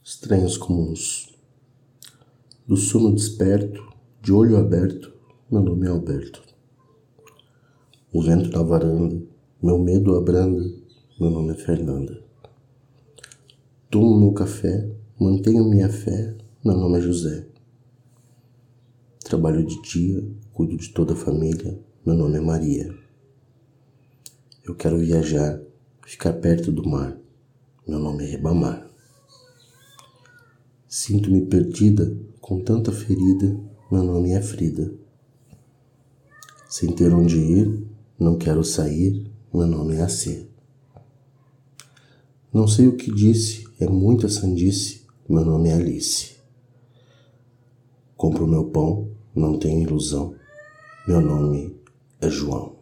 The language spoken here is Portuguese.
Estranhos comuns. Do sono desperto, de olho aberto, meu nome é Alberto. O vento na varanda, meu medo abranda, meu nome é Fernanda. Tomo meu café, mantenho minha fé, meu nome é José. Trabalho de dia, cuido de toda a família, meu nome é Maria. Eu quero viajar, ficar perto do mar, meu nome é Ribamar. Sinto-me perdida, com tanta ferida, meu nome é Frida. Sem ter onde ir, não quero sair, meu nome é AC. Não sei o que disse, é muita sandice, meu nome é Alice. Compro meu pão, não tenho ilusão, meu nome é João.